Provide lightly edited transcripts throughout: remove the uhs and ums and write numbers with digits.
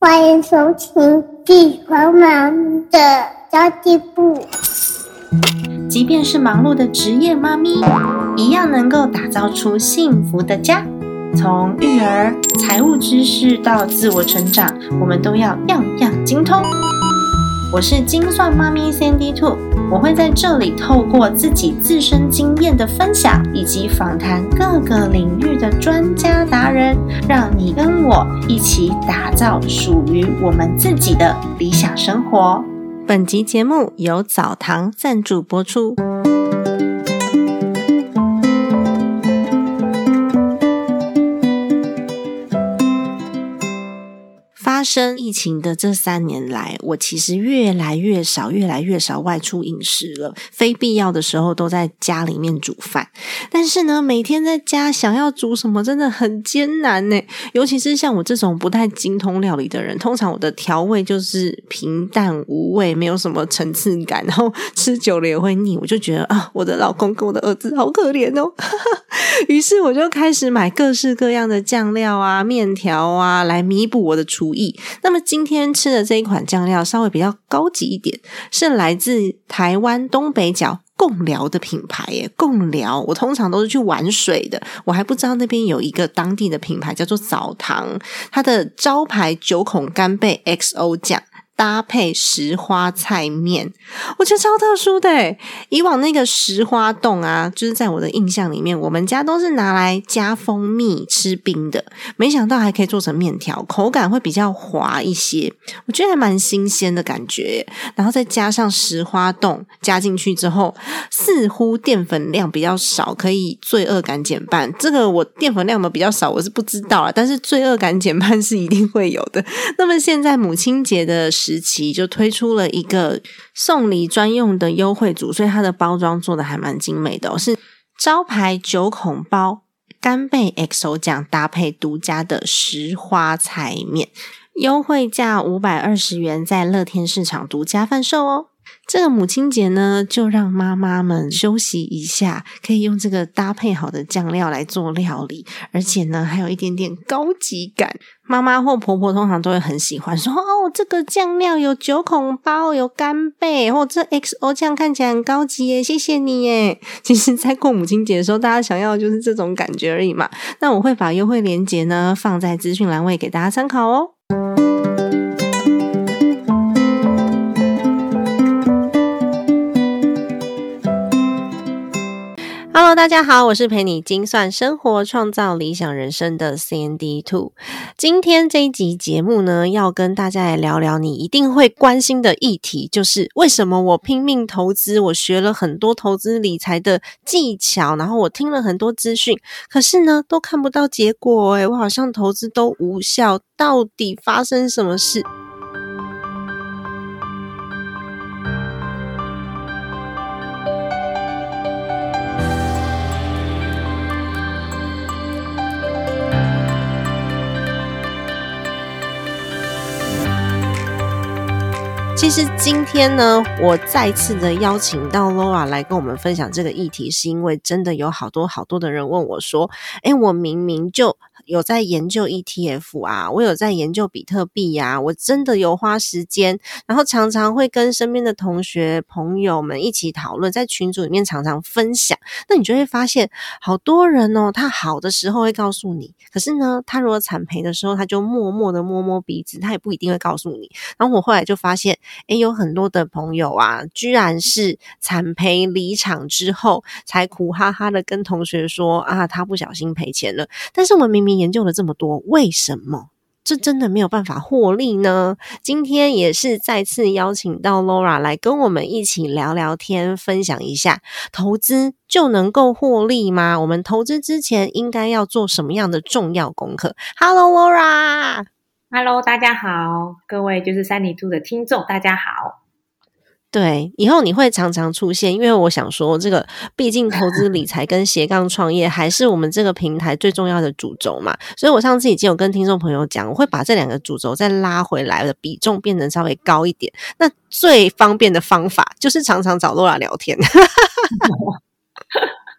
欢迎收听地狂忙的交际部。 即便是忙碌的职业妈咪，一样能够打造出幸福的家。从育儿、财务知识到自我成长，我们都要样样精通。我是精算妈咪 Sandy Two， 我会在这里透过自己自身经验的分享，以及访谈各个领域的专家达人，让你跟我一起打造属于我们自己的理想生活。本集节目由澡堂赞助播出。发生疫情的这3年来，我其实越来越少外出饮食了，非必要的时候都在家里面煮饭。但是呢，每天在家想要煮什么真的很艰难耶，尤其是像我这种不太精通料理的人，通常我的调味就是平淡无味，没有什么层次感，然后吃久了也会腻，我就觉得我的老公跟我的儿子好可怜哦。于是我就开始买各式各样的酱料啊、面条啊，来弥补我的厨艺。那么今天吃的这一款酱料稍微比较高级一点，是来自台湾东北角贡寮的品牌耶。贡寮我通常都是去玩水的，我还不知道那边有一个当地的品牌叫做澡堂，它的招牌9孔干贝 XO 酱搭配石花菜面，我觉得超特殊的耶。以往那个石花冻啊，就是在我的印象里面，我们家都是拿来加蜂蜜吃冰的，没想到还可以做成面条，口感会比较滑一些，我觉得还蛮新鲜的感觉耶。然后再加上石花冻加进去之后，似乎淀粉量比较少，可以罪恶感减半。这个我淀粉量有没有比较少我是不知道啦，但是罪恶感减半是一定会有的。那么现在母亲节的时期就推出了一个送礼专用的优惠组，所以它的包装做的还蛮精美的是招牌9孔包干贝 XO 酱搭配独家的石花菜面，优惠价520元，在乐天市场独家贩售哦。这个母亲节呢，就让妈妈们休息一下，可以用这个搭配好的酱料来做料理，而且呢还有一点点高级感。妈妈或婆婆通常都会很喜欢说这个酱料有9孔包，有干贝，这 XO 酱看起来很高级耶，谢谢你耶。其实在过母亲节的时候，大家想要的就是这种感觉而已嘛。那我会把优惠链接呢放在资讯栏位给大家参考哦。Hello， 大家好，我是陪你精算生活、创造理想人生的 Sandy Two。今天这一集节目呢，要跟大家来聊聊你一定会关心的议题，就是为什么我拼命投资，我学了很多投资理财的技巧，然后我听了很多资讯，可是呢，都看不到结果我好像投资都无效，到底发生什么事？其实今天呢，我再次的邀请到 Laura 来跟我们分享这个议题，是因为真的有好多的人问我说我明明就有在研究 ETF 啊，我有在研究比特币啊，我真的有花时间，然后常常会跟身边的同学朋友们一起讨论，在群组里面常常分享。那你就会发现好多人他好的时候会告诉你，可是呢他如果惨赔的时候，他就默默的摸摸鼻子，他也不一定会告诉你。然后我后来就发现有很多的朋友啊，居然是惨赔离场之后才苦哈哈的跟同学说他不小心赔钱了。但是我们明明研究了这么多，为什么这真的没有办法获利呢？今天也是再次邀请到 Laura 来跟我们一起聊聊天，分享一下投资就能够获利吗？我们投资之前应该要做什么样的重要功课？ Hello Laura。Hello， 大家好，各位就是Sandy Two的听众，大家好。 对，以后你会常常出现，因为我想说这个毕竟投资理财跟斜杠创业还是我们这个平台最重要的主轴嘛，所以我上次已经有跟听众朋友讲，我会把这2个主轴再拉回来的比重变得稍微高一点。那最方便的方法就是常常找 Laura 聊天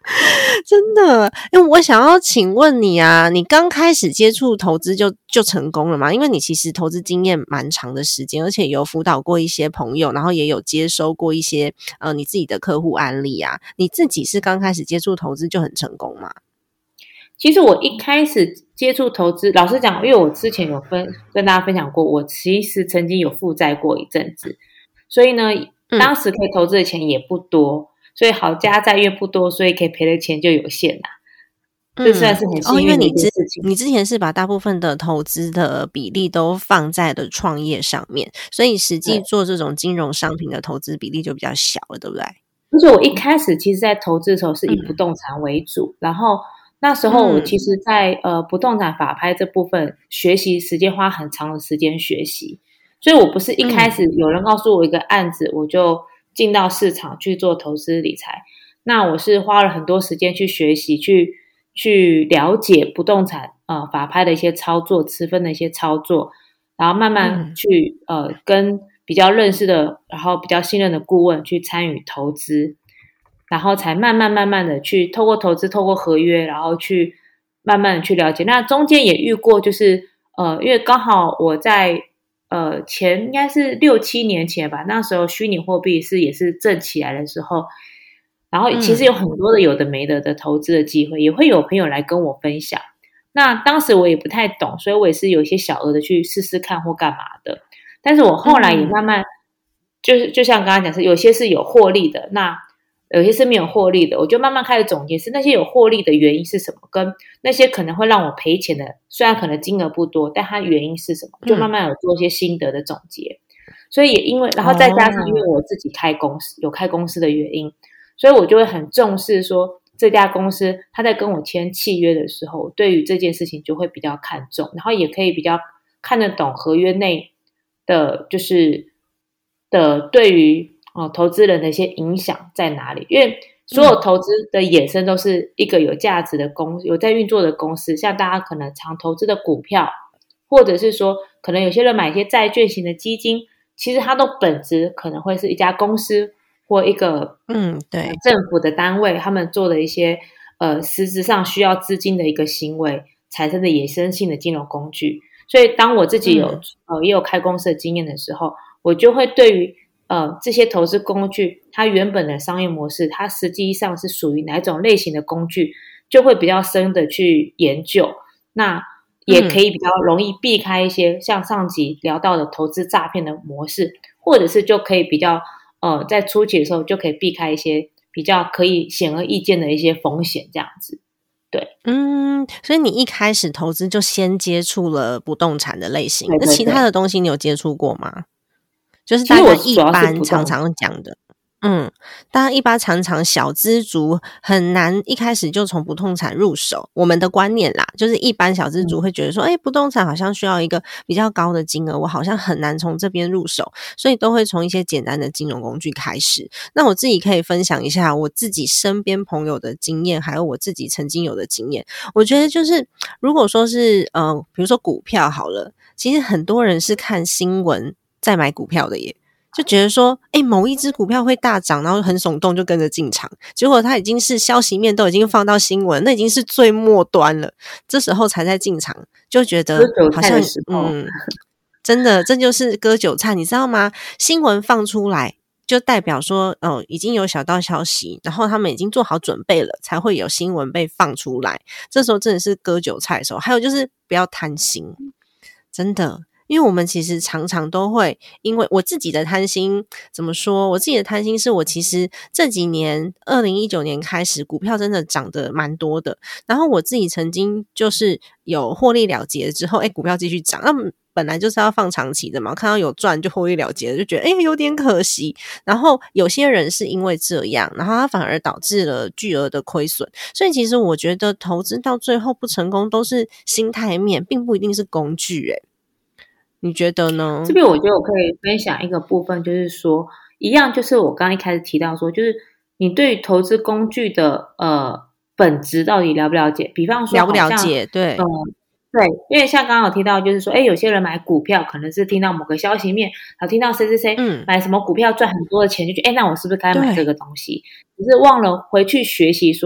真的，因为我想要请问你啊，你刚开始接触投资就成功了吗？因为你其实投资经验蛮长的时间，而且有辅导过一些朋友，然后也有接收过一些你自己的客户案例啊。你自己是刚开始接触投资就很成功吗？ 其实我一开始接触投资，老实讲，因为我之前有跟大家分享过，我其实曾经有负债过一阵子，所以呢，当时可以投资的钱也不多，所以好加债越不多，所以可以赔的钱就有限啦。这算是很幸运的一件事情。 你之前是把大部分的投资的比例都放在了创业上面，所以实际做这种金融商品的投资比例就比较小了，对不对？ 而且我一开始其实在投资的时候是以不动产为主，然后那时候我其实在不动产法拍这部分学习时间花很长的时间学习，所以我不是一开始有人告诉我一个案子我就进到市场去做投资理财，那我是花了很多时间去学习去了解不动产法拍的一些操作，持分的一些操作，然后慢慢去跟比较认识的然后比较信任的顾问去参与投资，然后才慢慢的去透过投资透过合约，然后去慢慢的去了解。那中间也遇过就是因为刚好我在前应该是6-7年前吧，那时候虚拟货币也是正起来的时候，然后其实有很多的有的没的投资的机会，也会有朋友来跟我分享。那当时我也不太懂，所以我也是有一些小额的去试试看或干嘛的。但是我后来也慢慢就像刚刚讲是有些是有获利的，那有些是没有获利的，我就慢慢开始总结是那些有获利的原因是什么，跟那些可能会让我赔钱的，虽然可能金额不多，但它原因是什么，就慢慢有做一些心得的总结。所以也因为然后再加上因为我自己开公司有开公司的原因，所以我就会很重视说这家公司他在跟我签契约的时候，对于这件事情就会比较看重，然后也可以比较看得懂合约内的就是对于投资人的一些影响在哪里。因为所有投资的衍生都是一个有价值的有在运作的公司，像大家可能常投资的股票，或者是说可能有些人买一些债券型的基金，其实它的本质可能会是一家公司或一个对政府的单位，他们做的一些实质上需要资金的一个行为产生的衍生性的金融工具。所以当我自己也有开公司的经验的时候，我就会对于这些投资工具它原本的商业模式，它实际上是属于哪种类型的工具，就会比较深的去研究，那也可以比较容易避开一些像上集聊到的投资诈骗的模式，或者是就可以比较在初期的时候就可以避开一些比较可以显而易见的一些风险这样子。对， 所以你一开始投资就先接触了不动产的类型， 对对对， 那其他的东西你有接触过吗？就是大家一般常常讲的，大家一般常常小资族很难一开始就从不动产入手。我们的观念啦，就是一般小资族会觉得说，不动产好像需要一个比较高的金额，我好像很难从这边入手，所以都会从一些简单的金融工具开始。那我自己可以分享一下我自己身边朋友的经验，还有我自己曾经有的经验。我觉得就是如果说是比如说股票好了，其实很多人是看新闻在买股票的耶，就觉得说某一只股票会大涨，然后很耸动就跟着进场，结果它已经是消息面都已经放到新闻，那已经是最末端了，这时候才在进场，就觉得好像真的这就是割韭菜，你知道吗？新闻放出来就代表说已经有小道消息，然后他们已经做好准备了，才会有新闻被放出来，这时候真的是割韭菜的时候。还有就是不要贪心，真的，因为我们其实常常都会，因为我自己的贪心怎么说，我自己的贪心是我其实这几年2019年开始股票真的涨得蛮多的，然后我自己曾经就是有获利了结之后股票继续涨，那本来就是要放长期的嘛，看到有赚就获利了结，就觉得有点可惜。然后有些人是因为这样，然后他反而导致了巨额的亏损。所以其实我觉得投资到最后不成功都是心态面，并不一定是工具你觉得呢？ 这边我觉得我可以分享一个部分，就是说一样，就是我刚刚一开始提到说，就是你对于投资工具的本质到底了不了解？比方说了不了解，对。 对，因为像刚刚有提到，就是说，有些人买股票可能是听到某个消息面，然后听到谁买什么股票赚很多的钱，就觉得，那我是不是该买这个东西？只是忘了回去学习说，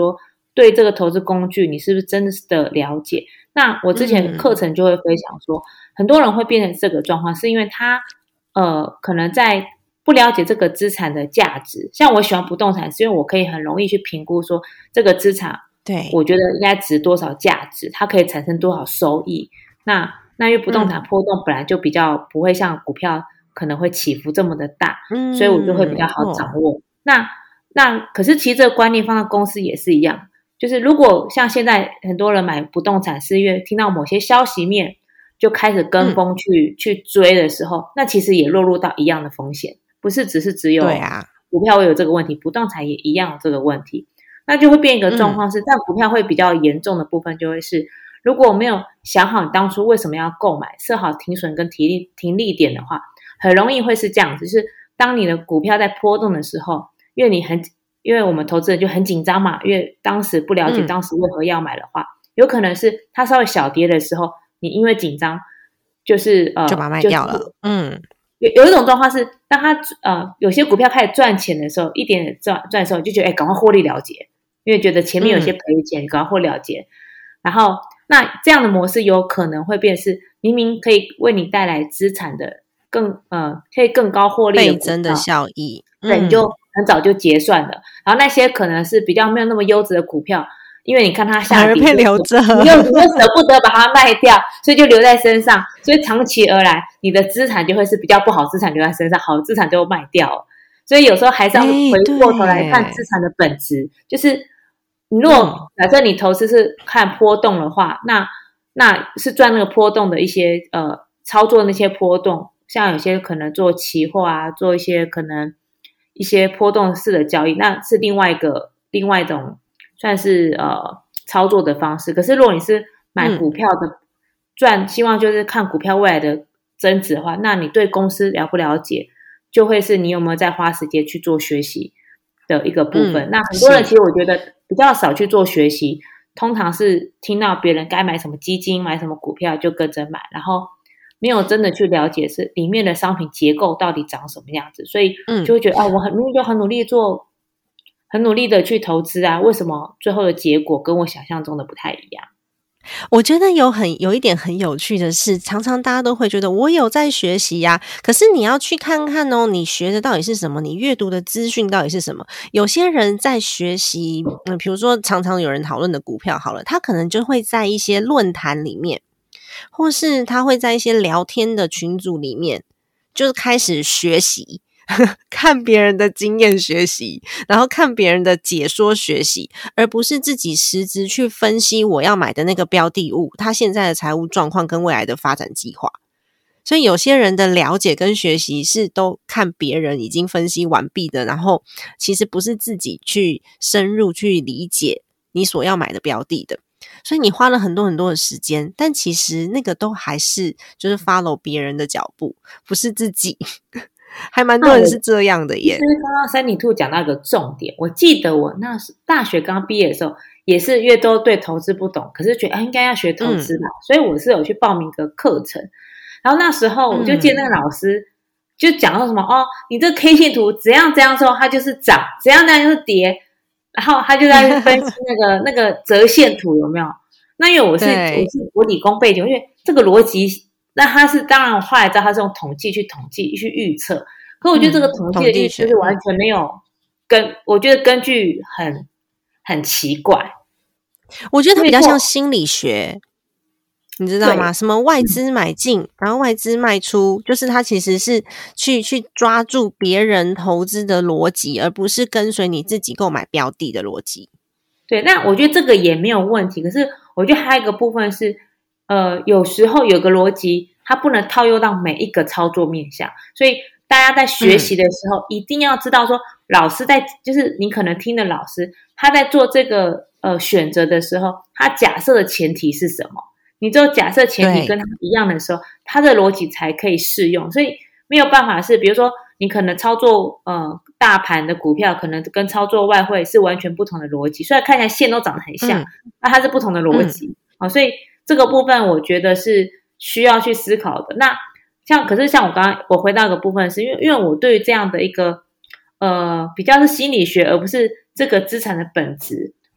对这个投资工具你是不是真的了解。那我之前课程就会分享说，很多人会变成这个状况，是因为他可能在不了解这个资产的价值。像我喜欢不动产，是因为我可以很容易去评估说这个资产， 对， 我觉得应该值多少价值，它可以产生多少收益。那因为不动产波动本来就比较不会像股票可能会起伏这么的大，所以我就会比较好掌握。那可是其实这个观念放到公司也是一样，就是如果像现在很多人买不动产是因为听到某些消息面就开始跟风去追的时候，那其实也落入到一样的风险，不是只有股票会有这个问题，不动产也一样有这个问题。那就会变一个状况是，但股票会比较严重的部分就会是，如果没有想好你当初为什么要购买，设好停损跟停利点的话，很容易会是这样子，就是当你的股票在波动的时候，因为我们投资人就很紧张嘛，因为当时不了解当时为何要买的话，有可能是它稍微小跌的时候，你因为紧张就是就把它卖掉了。 有一种状况是，当它有些股票开始赚钱的时候，一点点赚的时候，就觉得赶快获利了结，因为觉得前面有些赔钱，赶快获利了结。然后那这样的模式有可能会变是，明明可以为你带来资产的可以更高获利的倍增的效益， 对，你就很早就结算了。然后那些可能是比较没有那么优质的股票，因为你看它下跌， 被留着， 你又舍不得把它卖掉，所以就留在身上，所以长期而来，你的资产就会是比较不好资产留在身上，好的资产就卖掉了。所以有时候还是要回过头来看资产的本质，就是你如果假设你投资是看波动的话，那是赚那个波动的一些操作那些波动，像有些可能做期货啊，做一些可能一些波动式的交易，那是另外一种算是操作的方式。可是如果你是买股票的希望就是看股票未来的增值的话，那你对公司了不了解，就会是你有没有在花时间去做学习的一个部分。那很多人其实我觉得比较少去做学习，通常是听到别人该买什么基金买什么股票就跟着买，然后没有真的去了解是里面的商品结构到底长什么样子，所以就会觉得我明明就很努力的去投资啊，为什么最后的结果跟我想象中的不太一样？ 我觉得有一点很有趣的是，常常大家都会觉得我有在学习呀，可是你要去看看哦，你学的到底是什么，你阅读的资讯到底是什么。有些人在学习比如说常常有人讨论的股票好了，他可能就会在一些论坛里面，或是他会在一些聊天的群组里面就是开始学习看别人的经验学习，然后看别人的解说学习，而不是自己实质去分析我要买的那个标的物它现在的财务状况跟未来的发展计划。所以有些人的了解跟学习是都看别人已经分析完毕的，然后其实不是自己去深入去理解你所要买的标的的。所以你花了很多很多的时间，但其实那个都还是就是 follow 别人的脚步，不是自己还蛮多人是这样的耶。 其实刚刚Sandy2讲到一个重点，我记得我那时大学刚毕业的时候，也是因为都对投资不懂，可是觉得应该要学投资嘛，所以我是有去报名一个课程。然后那时候我就记得那个老师就讲到什么你这 K 线图怎样怎样之后它就是涨，怎样怎样就是跌，然后他就在分析那个折线图有没有？那因为我理工背景，因为这个逻辑，那他是当然我后来知道他是用统计去预测，可我觉得这个统计的预测是完全没有我觉得根据很奇怪， 我觉得它比较像心理学。你知道吗？什么外资买进，然后外资卖出，就是它其实是去抓住别人投资的逻辑，而不是跟随你自己购买标的的逻辑。 对，那我觉得这个也没有问题。可是我觉得还有一个部分是，有时候有个逻辑，它不能套用到每一个操作面向，所以大家在学习的时候，一定要知道说，老师就是你可能听的老师，他在做这个选择的时候，他假设的前提是什么？你只有假设前提跟他一样的时候，他的逻辑才可以适用。所以没有办法是，比如说你可能操作大盘的股票，可能跟操作外汇是完全不同的逻辑，虽然看起来线都长得很像，那它是不同的逻辑所以这个部分我觉得是需要去思考的。那可是像我回到一个部分是，因为我对于这样的一个比较是心理学，而不是这个资产的本质。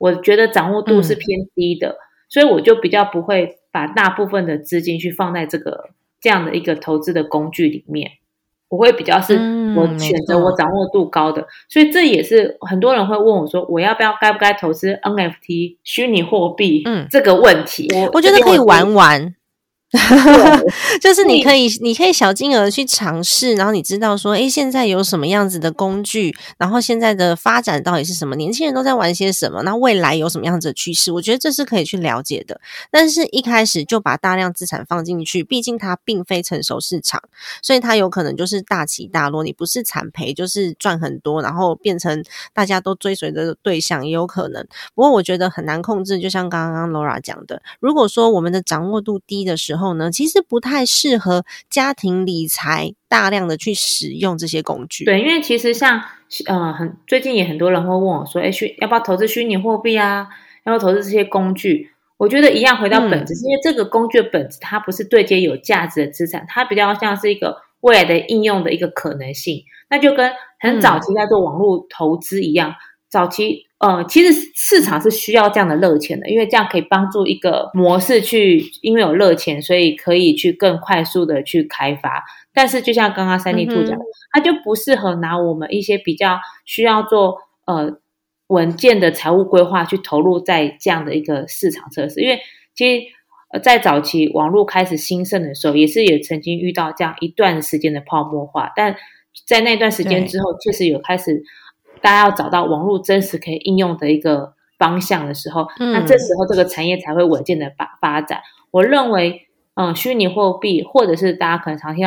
我觉得掌握度是偏低的，所以我就比较不会把大部分的资金去放在这样的一个投资的工具里面。我会比较是我选择我掌握度高的，所以这也是很多人会问我说，我该不该投资 NFT 虚拟货币这个问题。 我觉得可以玩玩。就是你可以小金额去尝试，然后你知道说现在有什么样子的工具，然后现在的发展到底是什么，年轻人都在玩些什么，那未来有什么样子的趋势，我觉得这是可以去了解的。但是一开始就把大量资产放进去，毕竟它并非成熟市场，所以它有可能就是大起大落，你不是惨赔就是赚很多，然后变成大家都追随的对象也有可能。不过我觉得很难控制，就像刚刚 Laura 讲的，如果说我们的掌握度低的时候呢，其实不太适合家庭理财大量的去使用这些工具。 对，因为其实像最近也很多人会问我说要不要投资虚拟货币啊，要不要投资这些工具。我觉得一样回到本质，是因为这个工具的本质它不是对接有价值的资产，它比较像是一个未来的应用的一个可能性。那就跟很早期在做网络投资一样，早期其实市场是需要这样的热钱的，因为这样可以帮助一个模式去，因为有热钱，所以可以去更快速的去开发。但是就像刚刚3D2讲的，它就不适合拿我们一些比较需要做稳健的财务规划去投入在这样的一个市场测试。因为其实在早期网络开始兴盛的时候，也曾经遇到这样一段时间的泡沫化，但在那段时间之后，确实有开始大家要找到网络真实可以应用的一个方向的时候，那这时候这个产业才会稳健的发展。我认为虚拟货币或者是大家可能常听到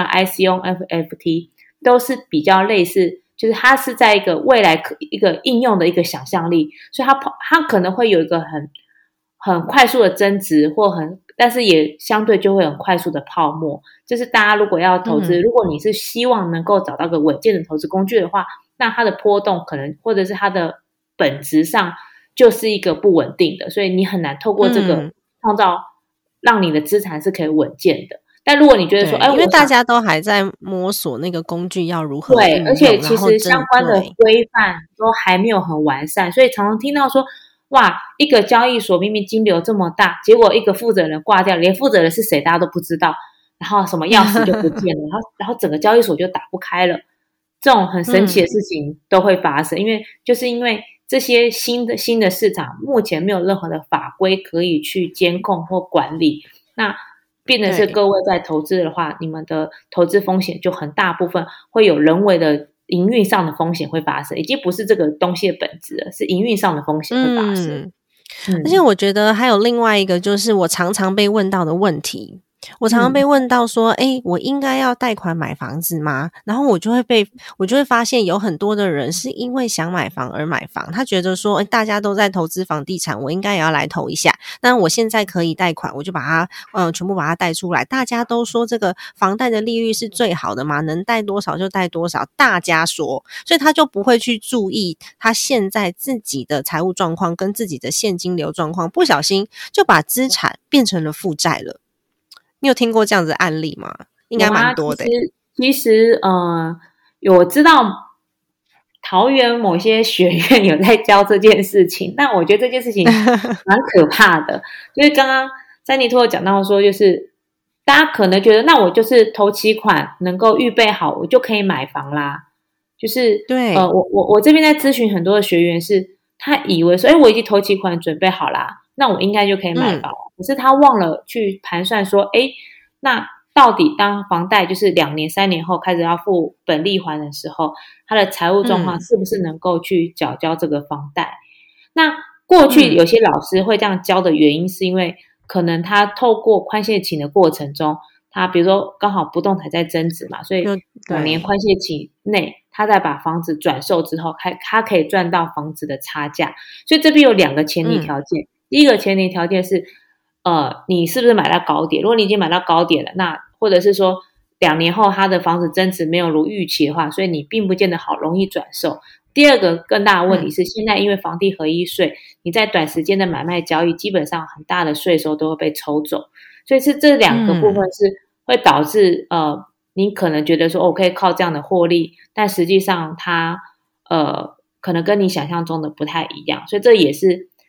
ICO、NFT 都是比较类似，就是它是在一个未来一个应用的一个想象力，所以它可能会有一个很快速的增值，但是也相对就会很快速的泡沫。就是大家如果要投资，如果你是希望能够找到个稳健的投资工具的话，那它的波动可能或者是它的本质上就是一个不稳定的，所以你很难透过这个创造让你的资产是可以稳健的。但如果你觉得说因为大家都还在摸索那个工具要如何对，而且其实相关的规范都还没有很完善，所以常常听到说哇，一个交易所明明金流这么大，结果一个负责人挂掉，连负责人是谁大家都不知道，然后什么钥匙就不见了然后整个交易所就打不开了。这种很神奇的事情都会发生，因为这些新的市场目前没有任何的法规可以去监控或管理，那变成是各位在投资的话，你们的投资风险就很大部分会有人为的营运上的风险会发生，已经不是这个东西的本质了，是营运上的风险会发生。 而且我觉得还有另外一个，就是我常常被问到的问题，我常常被问到说我应该要贷款买房子吗？然后我就会发现有很多的人是因为想买房而买房，他觉得说大家都在投资房地产，我应该也要来投一下，那我现在可以贷款，我就把它全部把它贷出来。大家都说这个房贷的利率是最好的嘛，能贷多少就贷多少，大家说，所以他就不会去注意他现在自己的财务状况跟自己的现金流状况，不小心就把资产变成了负债了。你有听过这样子的案例吗？应该蛮多的。 其实我知道桃园某些学院有在教这件事情，但我觉得这件事情蛮可怕的。就是刚刚3D2有讲到说，就是大家可能觉得那我就是头期款能够预备好，我就可以买房啦。就是对我这边在咨询很多的学员，是他以为说我已经头期款准备好啦，那我应该就可以买房。可是他忘了去盘算说那到底当房贷就是2年3年后开始要付本利还的时候，他的财务状况是不是能够去缴交这个房贷。那过去有些老师会这样教的原因是因为可能他透过宽限期的过程中，他比如说刚好不动产在增值嘛，所以5年宽限期内他再把房子转售之后，他可以赚到房子的差价。所以这边有2个前提条件，第一个前提条件是你是不是买到高点？如果你已经买到高点了，那或者是说2年后他的房子增值没有如预期的话，所以你并不见得好容易转售。第二个更大的问题是，现在因为房地合一税，你在短时间的买卖交易，基本上很大的税收都会被抽走，所以是这2个部分是会导致你可能觉得说我可以靠这样的获利，但实际上它可能跟你想象中的不太一样，所以这也是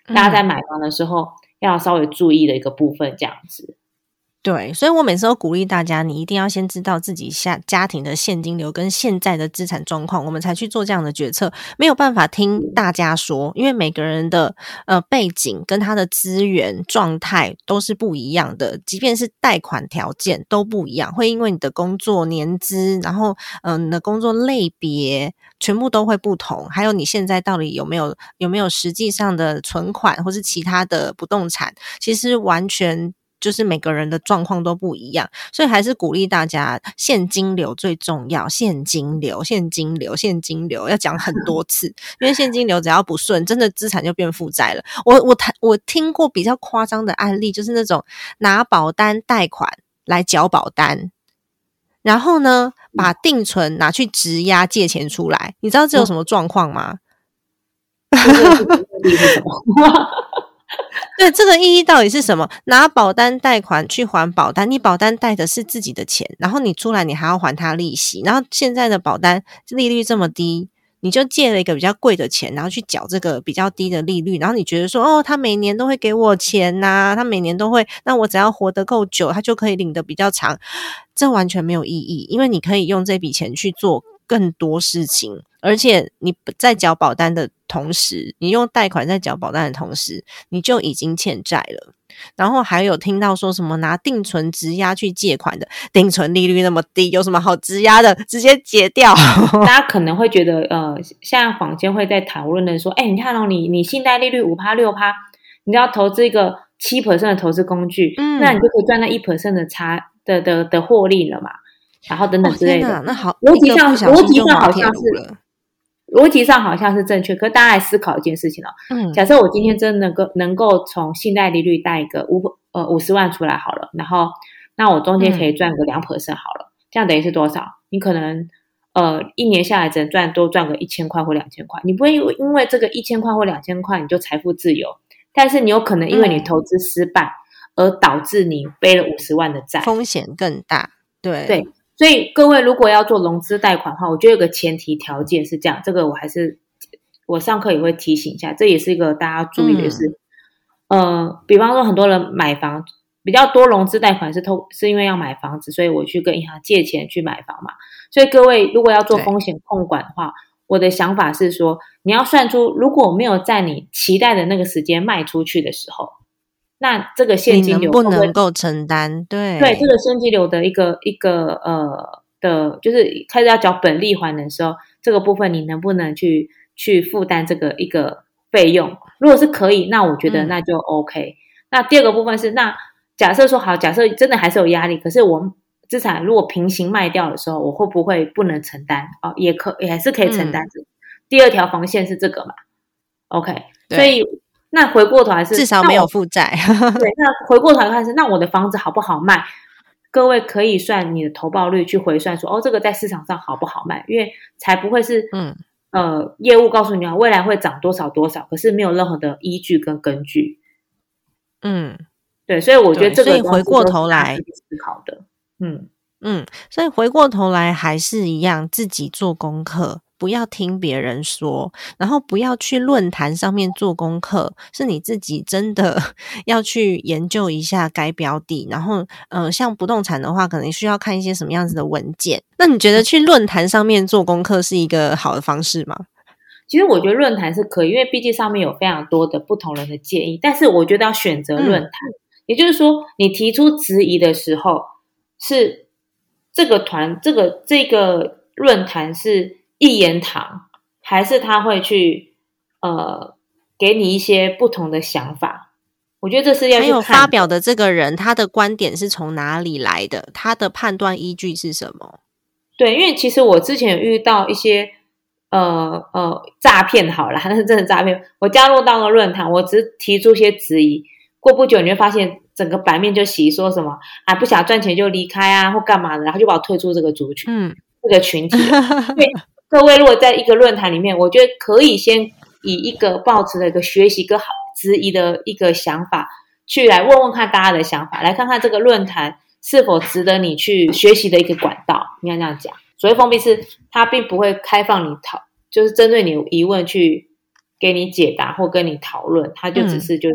大家在买房的时候要稍微注意的一个部分这样子。 对，所以我每次都鼓励大家，你一定要先知道自己家庭的现金流跟现在的资产状况，我们才去做这样的决策。没有办法听大家说，因为每个人的背景跟他的资源状态都是不一样的，即便是贷款条件都不一样，会因为你的工作年资，然后你的工作类别全部都会不同，还有你现在到底有没有实际上的存款或是其他的不动产，其实完全就是每个人的状况都不一样，所以还是鼓励大家现金流最重要，现金流要讲很多次，因为现金流只要不顺，真的资产就变负债了。我听过比较夸张的案例，就是那种拿保单贷款来缴保单，然后呢把定存拿去质押借钱出来，你知道这有什么状况吗？对，这个意义到底是什么？拿保单贷款去还保单，你保单贷的是自己的钱，然后你出来你还要还他利息，然后现在的保单利率这么低，你就借了一个比较贵的钱，然后去缴这个比较低的利率，然后你觉得说他每年都会给我钱啊，他每年都会，那我只要活得够久，他就可以领得比较长，这完全没有意义，因为你可以用这笔钱去做更多事情，而且你在缴保单的同时，你用贷款在缴保单的同时，你就已经欠债了。然后还有听到说什么拿定存质押去借款的，定存利率那么低，有什么好质押的？直接解掉。 大家可能会觉得现在坊间会在讨论的说，你看你信贷利率 5%、6%， 你要投资一个 7% 的投资工具，那你就可以赚那 1% 的获利了嘛，然后等等之类的。 那好， 逻辑上好像是正确，可是大家来思考一件事情假设我今天真的能够从信贷利率贷一个50万出来好了，然后那我中间可以赚个 2% 好了，这样等于是多少？你可能一年下来只能多赚个1000块或2000块，你不会因为这个1000块或2000块你就财富自由，但是你有可能因为你投资失败而导致你背了50万的债， 风险更大。对， 所以各位如果要做融资贷款的话，我觉得有个前提条件是这样，这个我上课也会提醒一下，这也是一个大家注意的是比方说很多人买房比较多融资贷款是因为要买房子，所以我去跟银行借钱去买房嘛。所以各位如果要做风险控管的话，我的想法是说，你要算出如果没有在你期待的那个时间卖出去的时候，那这个现金流你能不能够承担？对， 这个现金流的一个就是开始要缴本利还的时候，这个部分你能不能去负担这个一个费用？如果是可以，那我觉得那就 OK。那第二个部分是，那假设说好，假设真的还是有压力，可是我资产如果平行卖掉的时候，我会不会不能承担？也还是可以承担的。第二条防线是这个嘛 ？OK， 所以那回过头来是至少没有负债。 对，那回过头来看是，那我的房子好不好卖？各位可以算你的投报率去回算说，这个在市场上好不好卖？因为才不会是业务告诉你未来会涨多少多少，可是没有任何的依据跟根据。对，所以我觉得这个所以回过头来思考的。 所以回过头来还是一样，自己做功课，不要听别人说，然后不要去论坛上面做功课，是你自己真的要去研究一下该标的，然后像不动产的话可能需要看一些什么样子的文件。那你觉得去论坛上面做功课是一个好的方式吗？ 其实我觉得论坛是可以，因为毕竟上面有非常多的不同人的建议，但是我觉得要选择论坛，也就是说你提出质疑的时候，是这个论坛是一言堂，还是他会去给你一些不同的想法？我觉得这是要去看。还有发表的这个人，他的观点是从哪里来的？他的判断依据是什么？ 对，因为其实我之前有遇到一些诈骗好了，那是真的诈骗。我加入到了论坛，我只是提出一些质疑，过不久你会发现整个版面就洗，说什么不想赚钱就离开啊，或干嘛的，然后就把我退出这个族群，这个群体。所以各位如果在一个论坛里面，我觉得可以先以一个抱持的一个学习跟质疑的一个想法，去来问问看大家的想法，来看看这个论坛是否值得你去学习的一个管道，应该这样讲。所谓封闭是它并不会开放你就是针对你的疑问去给你解答或跟你讨论，他就只是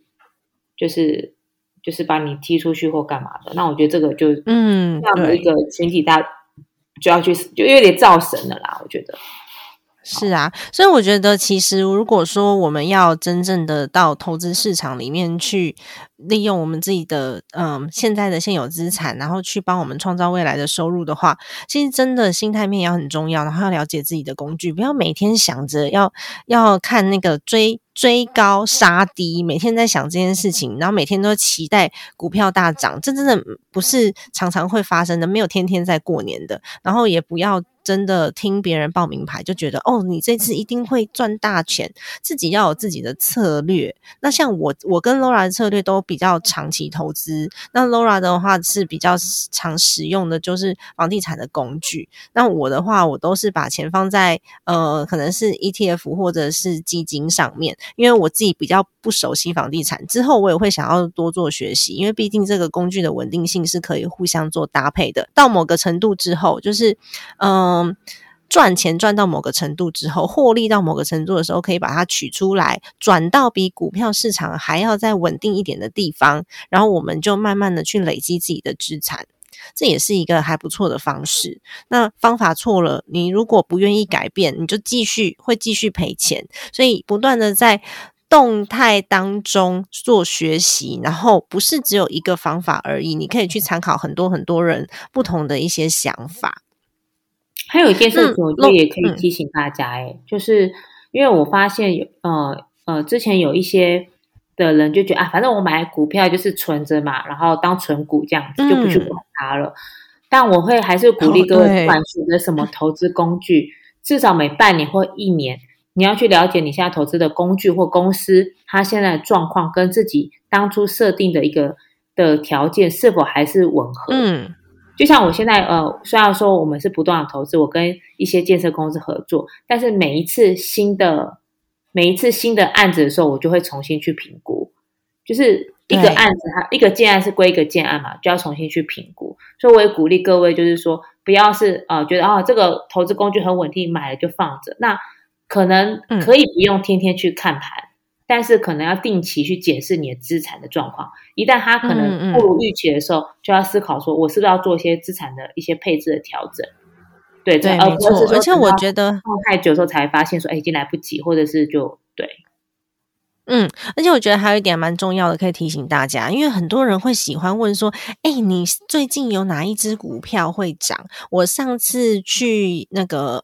就是把你踢出去或干嘛的。那我觉得这个就这样的一个群体，大家就要去就有点造神了啦，我觉得。 是啊，所以我觉得其实如果说我们要真正的到投资市场里面去利用我们自己的现在的现有资产，然后去帮我们创造未来的收入的话，其实真的心态面也很重要，然后要了解自己的工具，不要每天想着要看那个追高杀低，每天在想这件事情，然后每天都期待股票大涨，这真的不是常常会发生的，没有天天在过年的。然后也不要真的听别人报名牌就觉得你这次一定会赚大钱，自己要有自己的策略。那像我跟 Laura 的策略都比较长期投资，那 Laura 的话是比较常使用的就是房地产的工具，那我的话我都是把钱放在可能是 ETF 或者是基金上面，因为我自己比较不熟悉房地产，之后我也会想要多做学习，因为毕竟这个工具的稳定性是可以互相做搭配的。到某个程度之后，就是赚钱赚到某个程度之后，获利到某个程度的时候，可以把它取出来，转到比股票市场还要再稳定一点的地方，然后我们就慢慢的去累积自己的资产，这也是一个还不错的方式。那方法错了，你如果不愿意改变，你就继续赔钱。所以不断的在动态当中做学习，然后不是只有一个方法而已，你可以去参考很多很多人不同的一些想法。 还有一件事情，我觉得也可以提醒大家，就是因为我发现之前有一些的人就觉得反正我买股票就是存着嘛，然后当存股这样子，就不去管它了。但我会还是鼓励各位，不管选择什么投资工具，至少每半年或1年，你要去了解你现在投资的工具或公司，它现在的状况跟自己当初设定的一个的条件是否还是吻合。就像我现在虽然说我们是不断的投资，我跟一些建设公司合作，但是每一次新的案子的时候，我就会重新去评估，就是一个案子它一个建案是归一个建案嘛，就要重新去评估。所以我也鼓励各位就是说，不要是觉得这个投资工具很稳定，买了就放着，那可能可以不用天天去看盘，但是可能要定期去检视你的资产的状况，一旦它可能不如预期的时候，就要思考说我是不是要做一些资产的一些配置的调整。对， 没错。而且我觉得放太久的时候才发现说已经来不及，或者是就对。 而且我觉得还有一点蛮重要的可以提醒大家，因为很多人会喜欢问说你最近有哪一只股票会涨？我上次去那个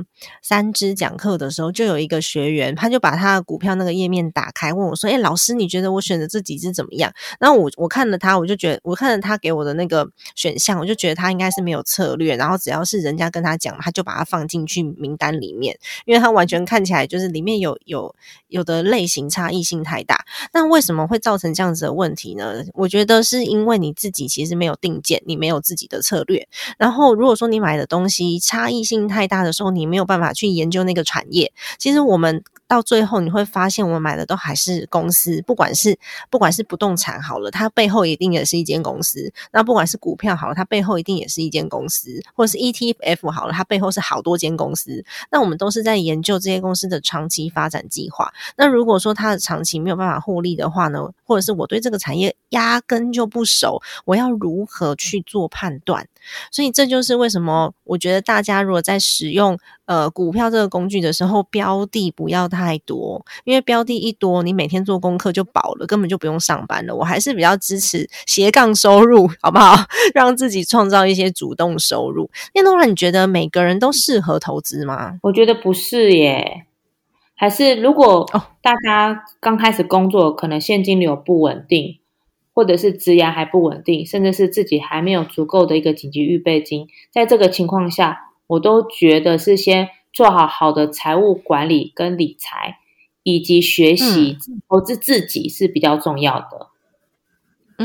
3只讲课的时候，就有一个学员他就把他的股票那个页面打开问我说老师你觉得我选的这几只怎么样？然后我看了他，我看了他给我的那个选项，我就觉得他应该是没有策略，然后只要是人家跟他讲，他就把它放进去名单里面，因为他完全看起来就是里面有的类型差异性太大。那为什么会造成这样子的问题呢？我觉得是因为你自己其实没有定见，你没有自己的策略，然后如果说你买的东西差异性太大的时候，你没有办法去研究那个产业，其实我们到最后你会发现我们买的都还是公司，不管是不动产好了，它背后一定也是一间公司，那不管是股票好了，它背后一定也是一间公司，或者是 ETF 好了，它背后是好多间公司，那我们都是在研究这些公司的长期发展计划。那如果说它的长期没有办法获利的话呢，或者是我对这个产业压根就不熟，我要如何去做判断？所以这就是为什么我觉得大家如果在使用股票这个工具的时候，标的不要太多，因为标的一多，你每天做功课就饱了，根本就不用上班了。我还是比较支持斜杠收入，好不好？让自己创造一些主动收入。那Laura，你觉得每个人都适合投资吗？ 我觉得不是耶，还是如果大家刚开始工作，可能现金流不稳定，或者是职涯还不稳定，甚至是自己还没有足够的一个紧急预备金，在这个情况下，我都觉得是先做好的财务管理跟理财，以及学习投资自己是比较重要的。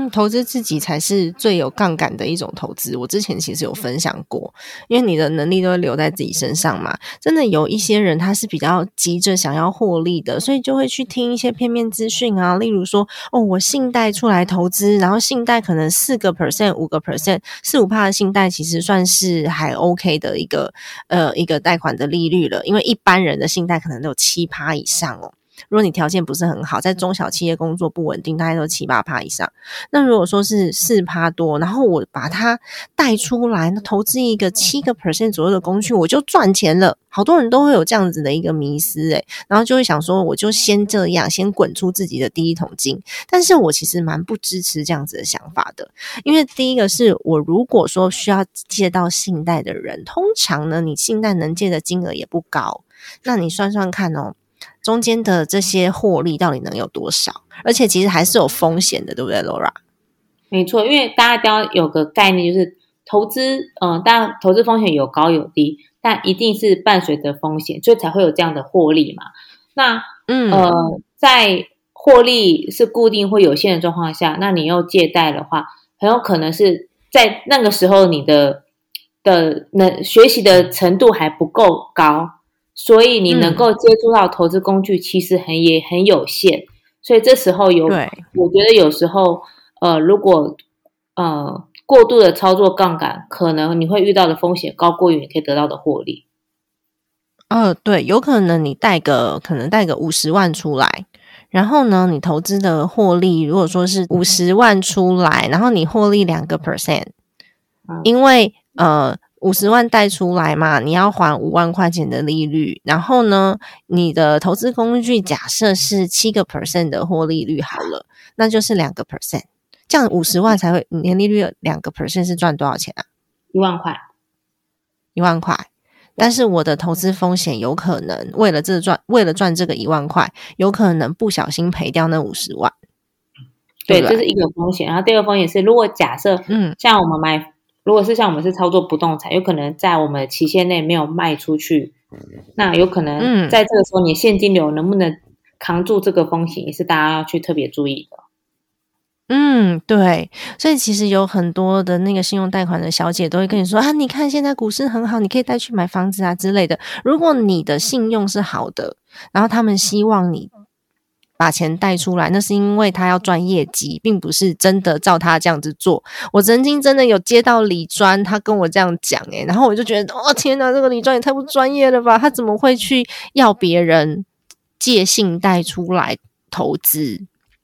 投资自己才是最有杠杆的一种投资。我之前其实有分享过，因为你的能力都会留在自己身上嘛。真的有一些人他是比较急着想要获利的，所以就会去听一些片面资讯啊，例如说我信贷出来投资，然后信贷可能4%、5%、4-5%的信贷其实算是还 OK 的一个贷款的利率了，因为一般人的信贷可能都有7%以上哦。如果你条件不是很好，在中小企业工作不稳定，大概都7-8%以上。那如果说是4%多，然后我把它贷出来，投资一个7% 左右的工具，我就赚钱了。好多人都会有这样子的一个迷思然后就会想说，我就先这样，先滚出自己的第一桶金。但是我其实蛮不支持这样子的想法的，因为第一个是我如果说需要借到信贷的人，通常呢，你信贷能借的金额也不高，那你算算看中间的这些获利到底能有多少？而且其实还是有风险的，对不对 Laura？ 没错，因为大家都要有个概念，就是投资，当然投资风险有高有低，但一定是伴随着风险，所以才会有这样的获利嘛。那在获利是固定或有限的状况下，那你又借贷的话，很有可能是在那个时候你的学习的程度还不够高。所以你能够接触到投资工具其实也很有限，所以这时候我觉得有时候如果过度的操作杠杆，可能你会遇到的风险高过于你可以得到的获利。 对，有可能你贷个50万出来，然后呢你投资的获利如果说是50万出来，然后你获利2%，因为50万贷出来嘛，你要还5万块钱的利率，然后呢你的投资工具假设是7% 的获利率好了，那就是2%，这样50万才会年利率2% 是赚多少钱啊 ？1万块。 1万块。但是我的投资风险有可能为了赚这个1万块，有可能不小心赔掉那50万。 对，这是一个风险。然后第二个风险是，如果假设像我们如果是像我们是操作不动产，有可能在我们的期限内没有卖出去，那有可能在这个时候你现金流能不能扛住这个风险，也是大家要去特别注意的。 对，所以其实有很多的那个信用贷款的小姐都会跟你说啊，你看现在股市很好，你可以贷去买房子啊之类的。如果你的信用是好的，然后他们希望你把钱贷出来，那是因为他要赚业绩，并不是真的照他这样子做。我曾经真的有接到理专，他跟我这样讲然后我就觉得天哪，这个理专也太不专业了吧，他怎么会去要别人借信贷出来投资？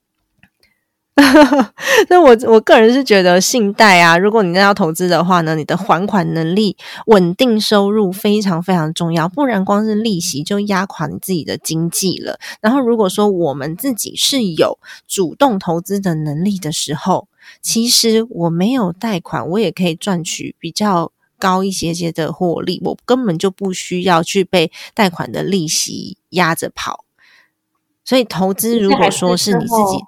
所以我个人是觉得信贷啊，如果你要投资的话呢，你的还款能力、稳定收入非常非常重要，不然光是利息就压垮你自己的经济了。然后如果说我们自己是有主动投资的能力的时候，其实我没有贷款，我也可以赚取比较高一些些的获利，我根本就不需要去被贷款的利息压着跑。所以投资如果说是你自己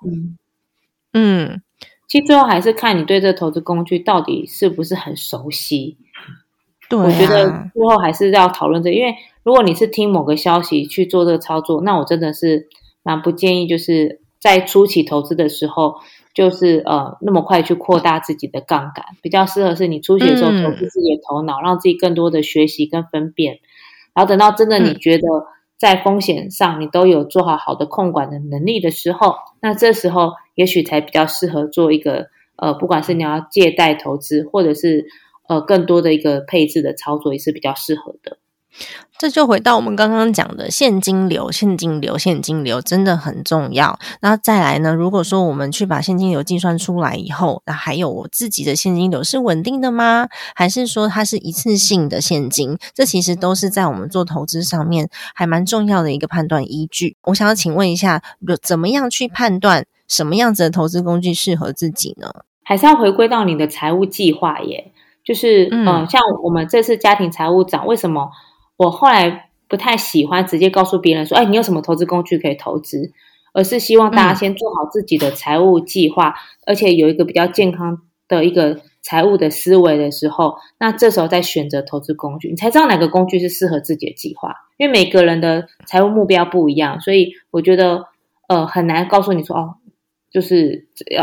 其实最后还是看你对这个投资工具到底是不是很熟悉。 对我觉得最后还是要讨论这个，因为如果你是听某个消息去做这个操作，那我真的是蛮不建议，就是在初期投资的时候，就是那么快去扩大自己的杠杆，比较适合是你初期的时候投资自己的头脑，让自己更多的学习跟分辨，然后等到真的你觉得在风险上你都有做好的控管的能力的时候，那这时候也许才比较适合做一个不管是你要借贷投资，或者是更多的一个配置的操作，也是比较适合的。 这就回到我们刚刚讲的现金流真的很重要。然后再来呢，如果说我们去把现金流计算出来以后，那还有我自己的现金流是稳定的吗？还是说它是一次性的现金？这其实都是在我们做投资上面还蛮重要的一个判断依据。我想要请问一下，怎么样去判断什么样子的投资工具适合自己呢？ 还是要回归到你的财务计划耶，就是像我们这次家庭财务长，为什么我后来不太喜欢直接告诉别人说你有什么投资工具可以投资，而是希望大家先做好自己的财务计划，而且有一个比较健康的一个财务的思维的时候，那这时候再选择投资工具，你才知道哪个工具是适合自己的计划。因为每个人的财务目标不一样，所以我觉得很难告诉你说就是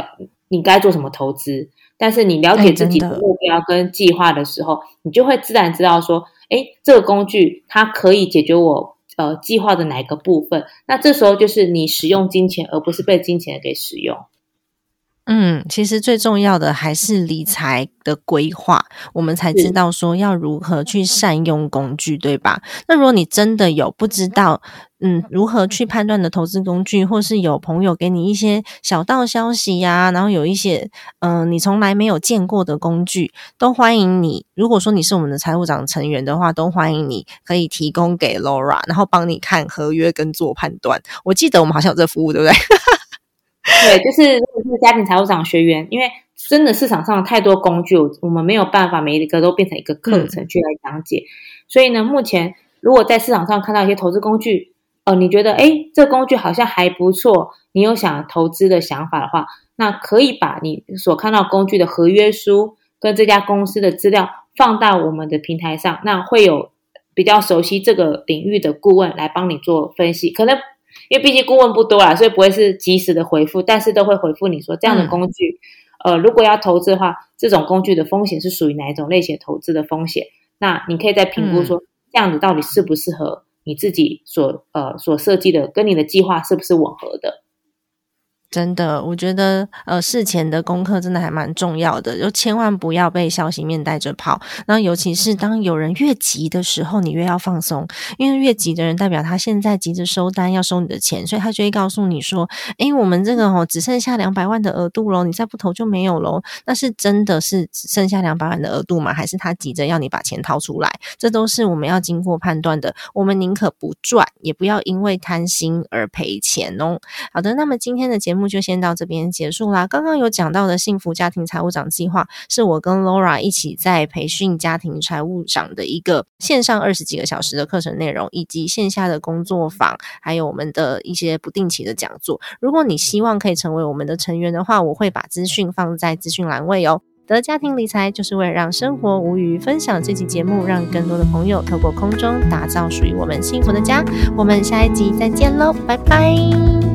你该做什么投资，但是你了解自己的目标跟计划的时候，你就会自然知道说，这个工具它可以解决我计划的哪个部分，那这时候就是你使用金钱而不是被金钱给使用。 其实最重要的还是理财的规划，我们才知道说要如何去善用工具，对吧？那如果你真的有不知道如何去判断的投资工具，或是有朋友给你一些小道消息啊，然后有一些你从来没有见过的工具，都欢迎你，如果说你是我们的财务长成员的话，都欢迎你可以提供给 Laura， 然后帮你看合约跟做判断。我记得我们好像有这服务，对不对？ 对，就是如果是家庭财务长学员，因为真的市场上太多工具，我们没有办法每一个都变成一个课程去来讲解，所以呢，目前如果在市场上看到一些投资工具，你觉得这工具好像还不错，你有想投资的想法的话，那可以把你所看到工具的合约书跟这家公司的资料放到我们的平台上，那会有比较熟悉这个领域的顾问来帮你做分析，可能因为毕竟顾问不多啦，所以不会是及时的回复，但是都会回复你说这样的工具如果要投资的话，这种工具的风险是属于哪一种类型投资的风险，那你可以再评估说这样子到底适不适合你自己所设计的，跟你的计划是不是吻合的。 真的，我觉得事前的功课真的还蛮重要的，就千万不要被消息面带着跑。然后尤其是当有人越急的时候，你越要放松，因为越急的人代表他现在急着收单要收你的钱，所以他就会告诉你说我们这个只剩下200万的额度咯，你再不投就没有咯。那是真的是只剩下200万的额度吗？还是他急着要你把钱掏出来？这都是我们要经过判断的，我们宁可不赚，也不要因为贪心而赔钱哦。好的，那么今天的节目就先到这边结束啦。刚刚有讲到的幸福家庭财务长计划，是我跟 Laura 一起在培训家庭财务长的一个线上20几个小时的课程内容，以及线下的工作坊，还有我们的一些不定期的讲座。如果你希望可以成为我们的成员的话，我会把资讯放在资讯栏位哦。的家庭理财就是为了让生活无虞，分享这期节目，让更多的朋友透过空中打造属于我们幸福的家。我们下一集再见咯，拜拜。